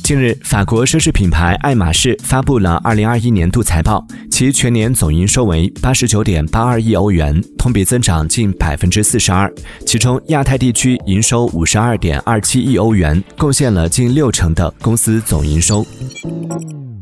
近日，法国奢侈品牌爱马仕发布了2021年度财报，其全年总营收为89.82亿欧元，同比增长近42%。其中，亚太地区营收52.27亿欧元，贡献了近60%的公司总营收。